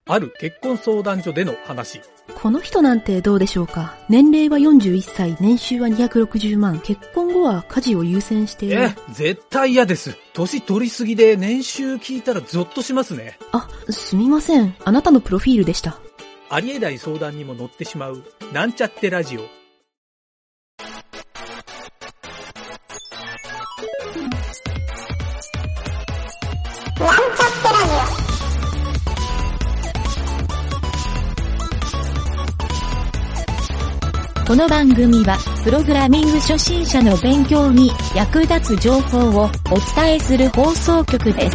ある結婚相談所での話。 この人なんてどうでしょうか。年齢は41歳、年収は260万、結婚後は家事を優先している。 絶対嫌です。年取りすぎで年収聞いたらゾッとしますね。 すみません。あなたのプロフィールでした。 ありえない相談にも乗ってしまう、なんちゃってラジオ。 この番組はプログラミング初心者の勉強に役立つ情報をお伝えする放送局です。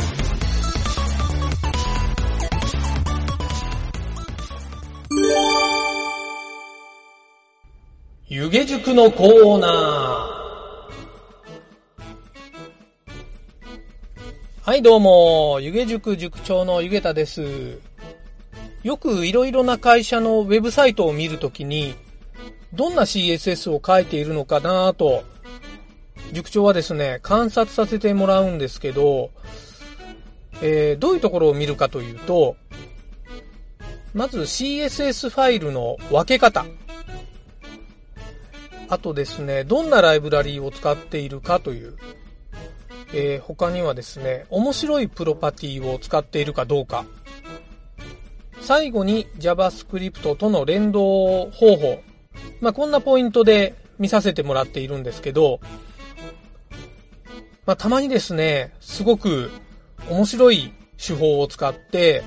湯気塾のコーナー。はい、どうも湯気塾塾長の湯気田です。よくいろいろな会社のウェブサイトを見るときにどんな CSS を書いているのかなと、塾長はですね、観察させてもらうんですけど、どういうところを見るかというと、まず CSS ファイルの分け方。あとですね、どんなライブラリーを使っているかという。他にはですね、面白いプロパティを使っているかどうか。最後に JavaScript との連動方法。こんなポイントで見させてもらっているんですけど、たまにですね、すごく面白い手法を使って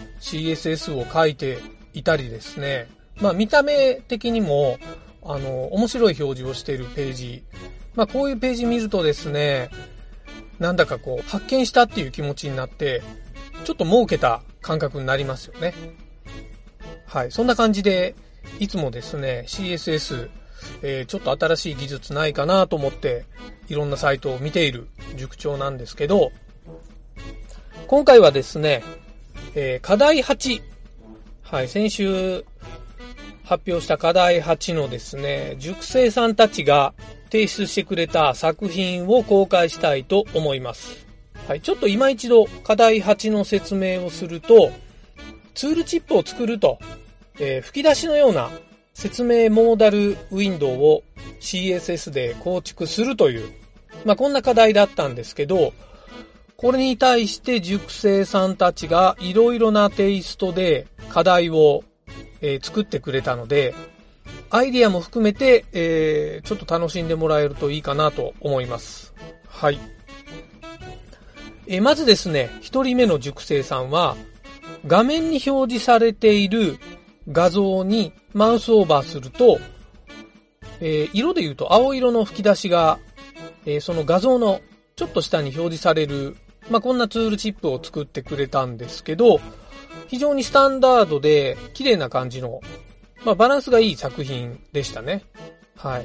CSS を書いていたりですね、見た目的にも面白い表示をしているページ、こういうページ見るとですね、なんだか発見したっていう気持ちになってちょっと儲けた感覚になりますよね。はい、そんな感じでいつもですね CSS、ちょっと新しい技術ないかなと思っていろんなサイトを見ている塾長なんですけど、今回はですね、課題8、はい、先週発表した課題8のですね、塾生さんたちが提出してくれた作品を公開したいと思います。はい、ちょっと今一度課題8の説明をすると、ツールチップを作ると、吹き出しのような説明モーダルウィンドウを CSS で構築するという、こんな課題だったんですけど、これに対して塾生さんたちがいろいろなテイストで課題を、作ってくれたので、アイディアも含めて、ちょっと楽しんでもらえるといいかなと思います。はい。まずですね、一人目の塾生さんは、画面に表示されている画像にマウスオーバーすると、色で言うと青色の吹き出しが、その画像のちょっと下に表示される、こんなツールチップを作ってくれたんですけど、非常にスタンダードで綺麗な感じの、バランスがいい作品でしたね。はい。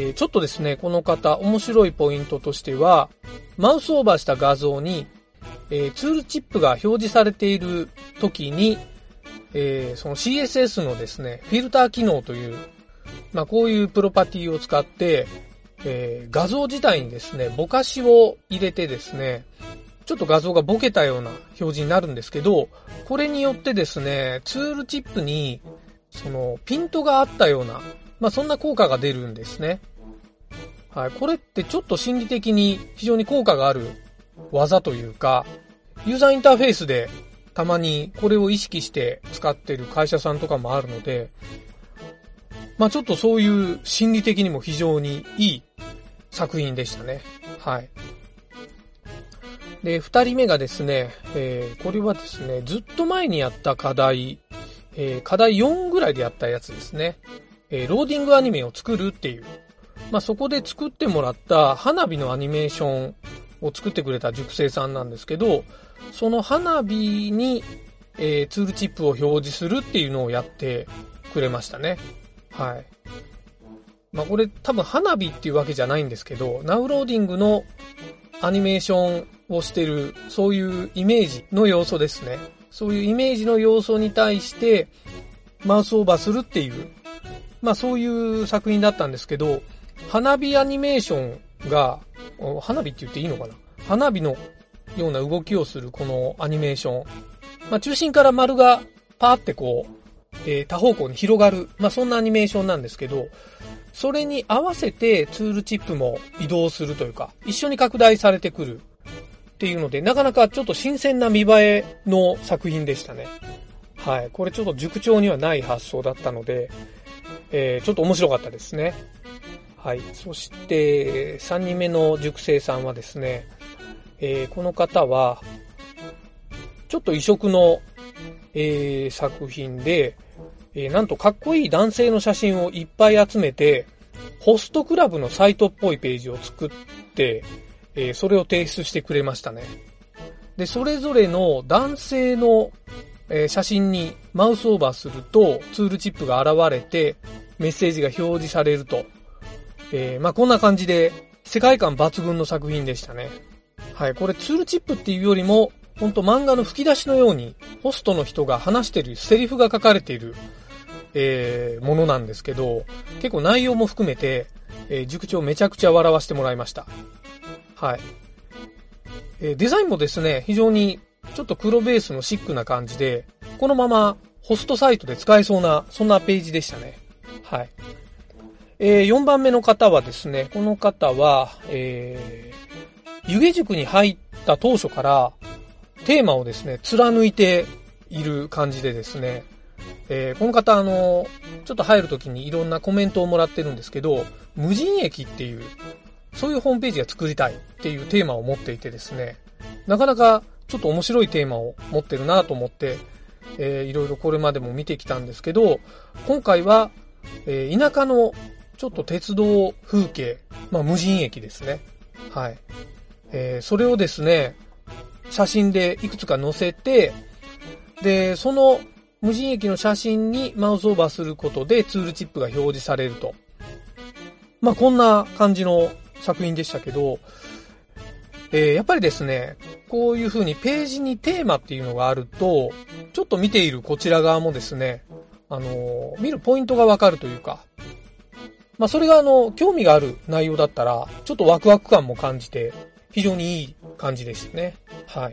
ちょっとですね、この方面白いポイントとしては、マウスオーバーした画像に、ツールチップが表示されている時に、その CSS のですね、フィルター機能という、こういうプロパティを使って、画像自体にですね、ぼかしを入れてですね、ちょっと画像がボケたような表示になるんですけど、これによってですね、ツールチップに、そのピントがあったような、そんな効果が出るんですね。はい。これってちょっと心理的に非常に効果がある技というか、ユーザーインターフェースでたまにこれを意識して使っている会社さんとかもあるので、ちょっとそういう心理的にも非常にいい作品でしたね。はい。で、二人目がですね、これはですね、ずっと前にやった課題、課題4ぐらいでやったやつですね。ローディングアニメを作るっていう。そこで作ってもらった花火のアニメーションを作ってくれた塾生さんなんですけど、その花火に、ツールチップを表示するっていうのをやってくれましたね。はい。これ多分花火っていうわけじゃないんですけど、ナウローディングのアニメーションをしてる、そういうイメージの要素ですね。そういうイメージの要素に対してマウスオーバーするっていう、そういう作品だったんですけど、花火アニメーションが、花火って言っていいのかな？花火のような動きをするこのアニメーション。中心から丸がパーってこう、多方向に広がる、まあそんなアニメーションなんですけど、それに合わせてツールチップも移動するというか、一緒に拡大されてくるっていうので、なかなかちょっと新鮮な見栄えの作品でしたね。はい。これちょっと塾長にはない発想だったので、ちょっと面白かったですね。はい。そして、3人目の塾生さんはですね、この方は、ちょっと異色の、作品で、なんとかっこいい男性の写真をいっぱい集めて、ホストクラブのサイトっぽいページを作って、それを提出してくれましたね。で、それぞれの男性の、写真にマウスオーバーすると、ツールチップが現れて、メッセージが表示されると。まあ、こんな感じで、世界観抜群の作品でしたね。はい、これツールチップっていうよりも、ほんと漫画の吹き出しのように、ホストの人が話しているセリフが書かれている、ものなんですけど、結構内容も含めて、塾長めちゃくちゃ笑わせてもらいました。はい。デザインもですね、非常にちょっと黒ベースのシックな感じで、このままホストサイトで使えそうな、そんなページでしたね。はい。4番目の方はですね、この方は、湯気塾に入った当初から、テーマをですね、貫いている感じでですね、この方ちょっと入るときにいろんなコメントをもらってるんですけど、無人駅っていう、そういうホームページが作りたいっていうテーマを持っていてですね、なかなかちょっと面白いテーマを持ってるなと思って、いろいろこれまでも見てきたんですけど、今回は、田舎のちょっと鉄道風景、まあ無人駅ですね。はい。それをですね、写真でいくつか載せて、で、その無人駅の写真にマウスオーバーすることでツールチップが表示されると。まあこんな感じの作品でしたけど、やっぱりですね、こういう風にページにテーマっていうのがあると、ちょっと見ているこちら側もですね、見るポイントがわかるというか、まあそれが興味がある内容だったら、ちょっとワクワク感も感じて、非常にいい感じでしたね。はい。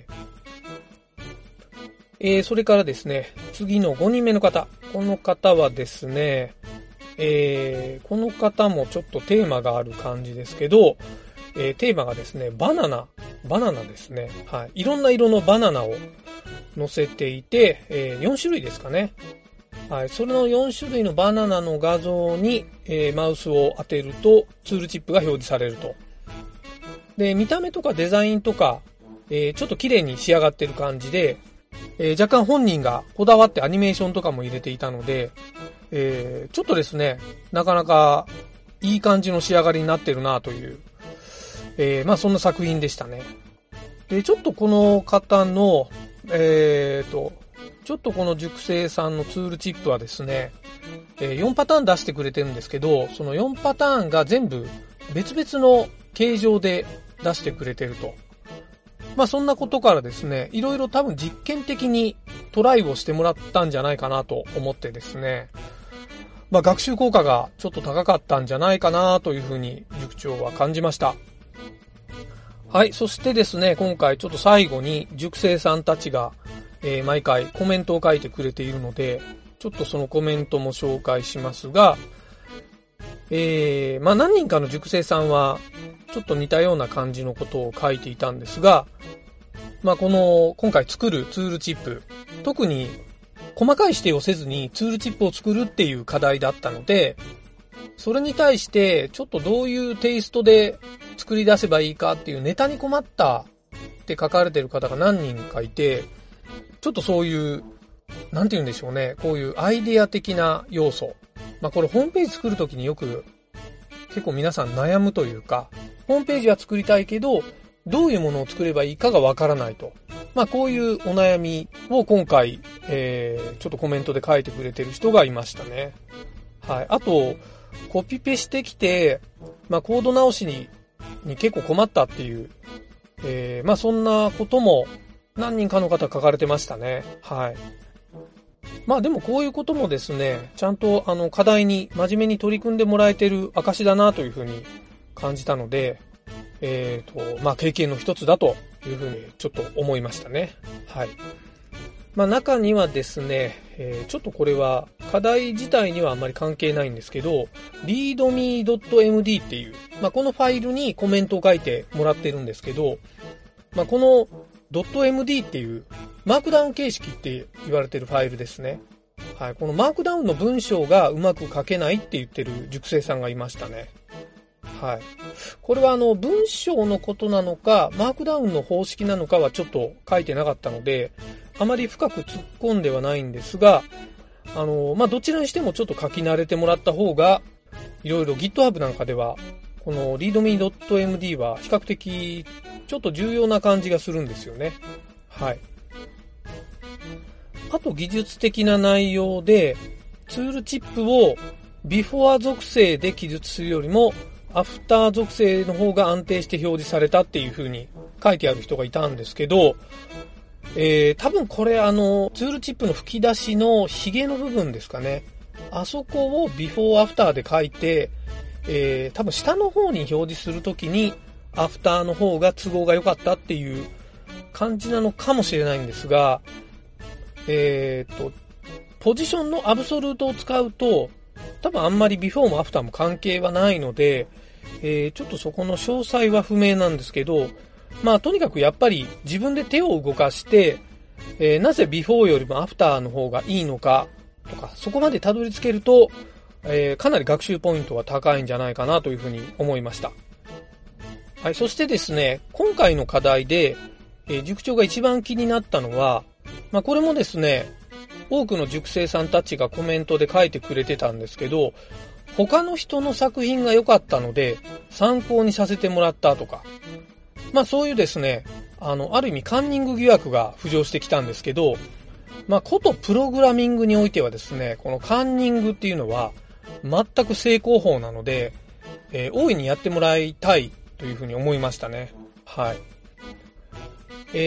それからですね、次の5人目の方。この方はですね、この方もちょっとテーマがある感じですけど、テーマがですね、バナナですね。はい。いろんな色のバナナを載せていて、4種類ですかね。はい。それの4種類のバナナの画像に、マウスを当てると、ツールチップが表示されると。で、見た目とかデザインとか、ちょっと綺麗に仕上がってる感じで、若干本人がこだわってアニメーションとかも入れていたので、ちょっとですね、なかなかいい感じの仕上がりになってるなという、まあそんな作品でしたね。で、ちょっとこの方の、ちょっとこの塾生さんのツールチップはですね、4パターン出してくれてるんですけど、その4パターンが全部別々の形状で出してくれてると。まあそんなことからですね、いろいろ多分実験的にトライをしてもらったんじゃないかなと思ってですね、まあ学習効果がちょっと高かったんじゃないかなというふうに塾長は感じました。はい、そしてですね、今回ちょっと最後に塾生さんたちが、毎回コメントを書いてくれているので、ちょっとそのコメントも紹介しますが、まあ何人かの塾生さんはちょっと似たような感じのことを書いていたんですが、まあ今回作るツールチップ、特に細かい指定をせずにツールチップを作るっていう課題だったので、それに対してちょっとどういうテイストで作り出せばいいかっていうネタに困ったって書かれてる方が何人かいて、ちょっとそういう、なんて言うんでしょうね、こういうアイデア的な要素。まあこれホームページ作るときによく結構皆さん悩むというか、ホームページは作りたいけど、どういうものを作ればいいかがわからないと。まあこういうお悩みを今回、ちょっとコメントで書いてくれてる人がいましたね。はい。あと、コピペしてきて、まあコード直しに結構困ったっていう、まあそんなことも何人かの方書かれてましたね。はい。まあでもこういうこともですね、ちゃんと課題に真面目に取り組んでもらえてる証だなというふうに感じたので、まあ経験の一つだというふうにちょっと思いましたね。はい。 中にはですね、ちょっとこれは課題自体にはあんまり関係ないんですけど、readme.md っていう、このファイルにコメントを書いてもらってるんですけど、この .md っていうマークダウン形式って言われてるファイルですね。はい、このマークダウンの文章がうまく書けないって言ってる塾生さんがいましたね。はい。これは文章のことなのか、マークダウンの方式なのかはちょっと書いてなかったので、あまり深く突っ込んではないんですが、どちらにしてもちょっと書き慣れてもらった方が、いろいろ GitHub なんかでは、この readme.md は比較的ちょっと重要な感じがするんですよね。はい。あと技術的な内容で、ツールチップを before 属性で記述するよりも、アフター属性の方が安定して表示されたっていう風に書いてある人がいたんですけど、多分これツールチップの吹き出しのヒゲの部分ですかね。あそこをビフォーアフターで書いて、多分下の方に表示するときにアフターの方が都合が良かったっていう感じなのかもしれないんですが、ポジションのアブソルートを使うと、多分あんまりビフォーもアフターも関係はないので、ちょっとそこの詳細は不明なんですけど、とにかくやっぱり自分で手を動かして、なぜビフォーよりもアフターの方がいいのかとか、そこまでたどり着けると、かなり学習ポイントは高いんじゃないかなというふうに思いました。はい、そしてですね、今回の課題で、塾長が一番気になったのは、これもですね、多くの塾生さんたちがコメントで書いてくれてたんですけど、他の人の作品が良かったので参考にさせてもらったとか、そういうですね、ある意味カンニング疑惑が浮上してきたんですけど、ことプログラミングにおいてはですね、このカンニングっていうのは全く正攻法なので、大いにやってもらいたいというふうに思いましたね。はい。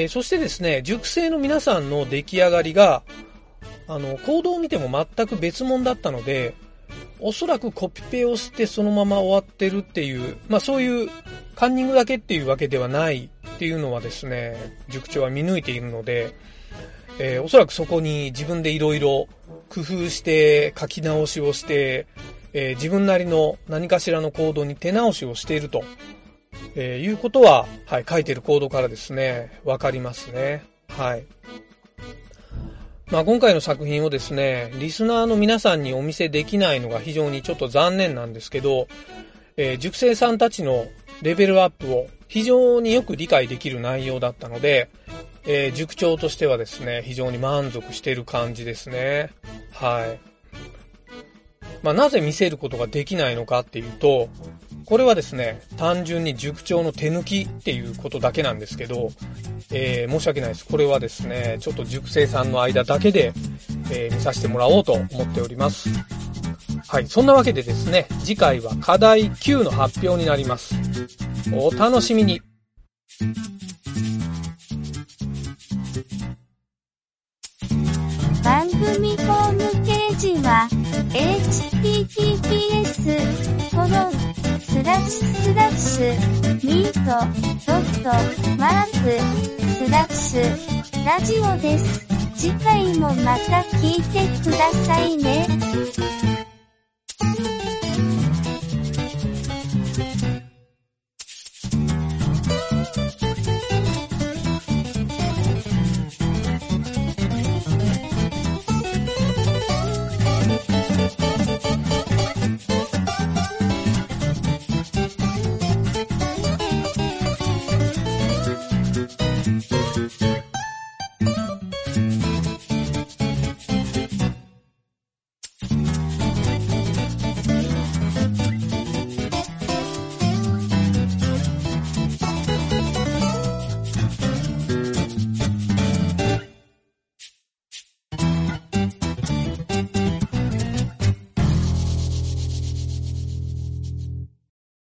そしてですね、塾生の皆さんの出来上がりが、コードを見ても全く別物だったので、おそらくコピペをしてそのまま終わってるっていう、そういうカンニングだけっていうわけではないっていうのはですね、塾長は見抜いているので、おそらくそこに自分でいろいろ工夫して書き直しをして、自分なりの何かしらのコードに手直しをしていると、いうことは、はい、書いているコードからですね、わかりますね。はい。今回の作品をですね、リスナーの皆さんにお見せできないのが非常にちょっと残念なんですけど、塾生さんたちのレベルアップを非常によく理解できる内容だったので、塾長としてはですね、非常に満足している感じですね。はい。なぜ見せることができないのかっていうと、これはですね、単純に塾長の手抜きっていうことだけなんですけど、申し訳ないです。これはですね、ちょっと塾生さんの間だけで、見させてもらおうと思っております。はい、そんなわけでですね、次回は課題9の発表になります。お楽しみに。 番組ホームページは https://meet.mark/ラジオです。次回もまた聞いてくださいね。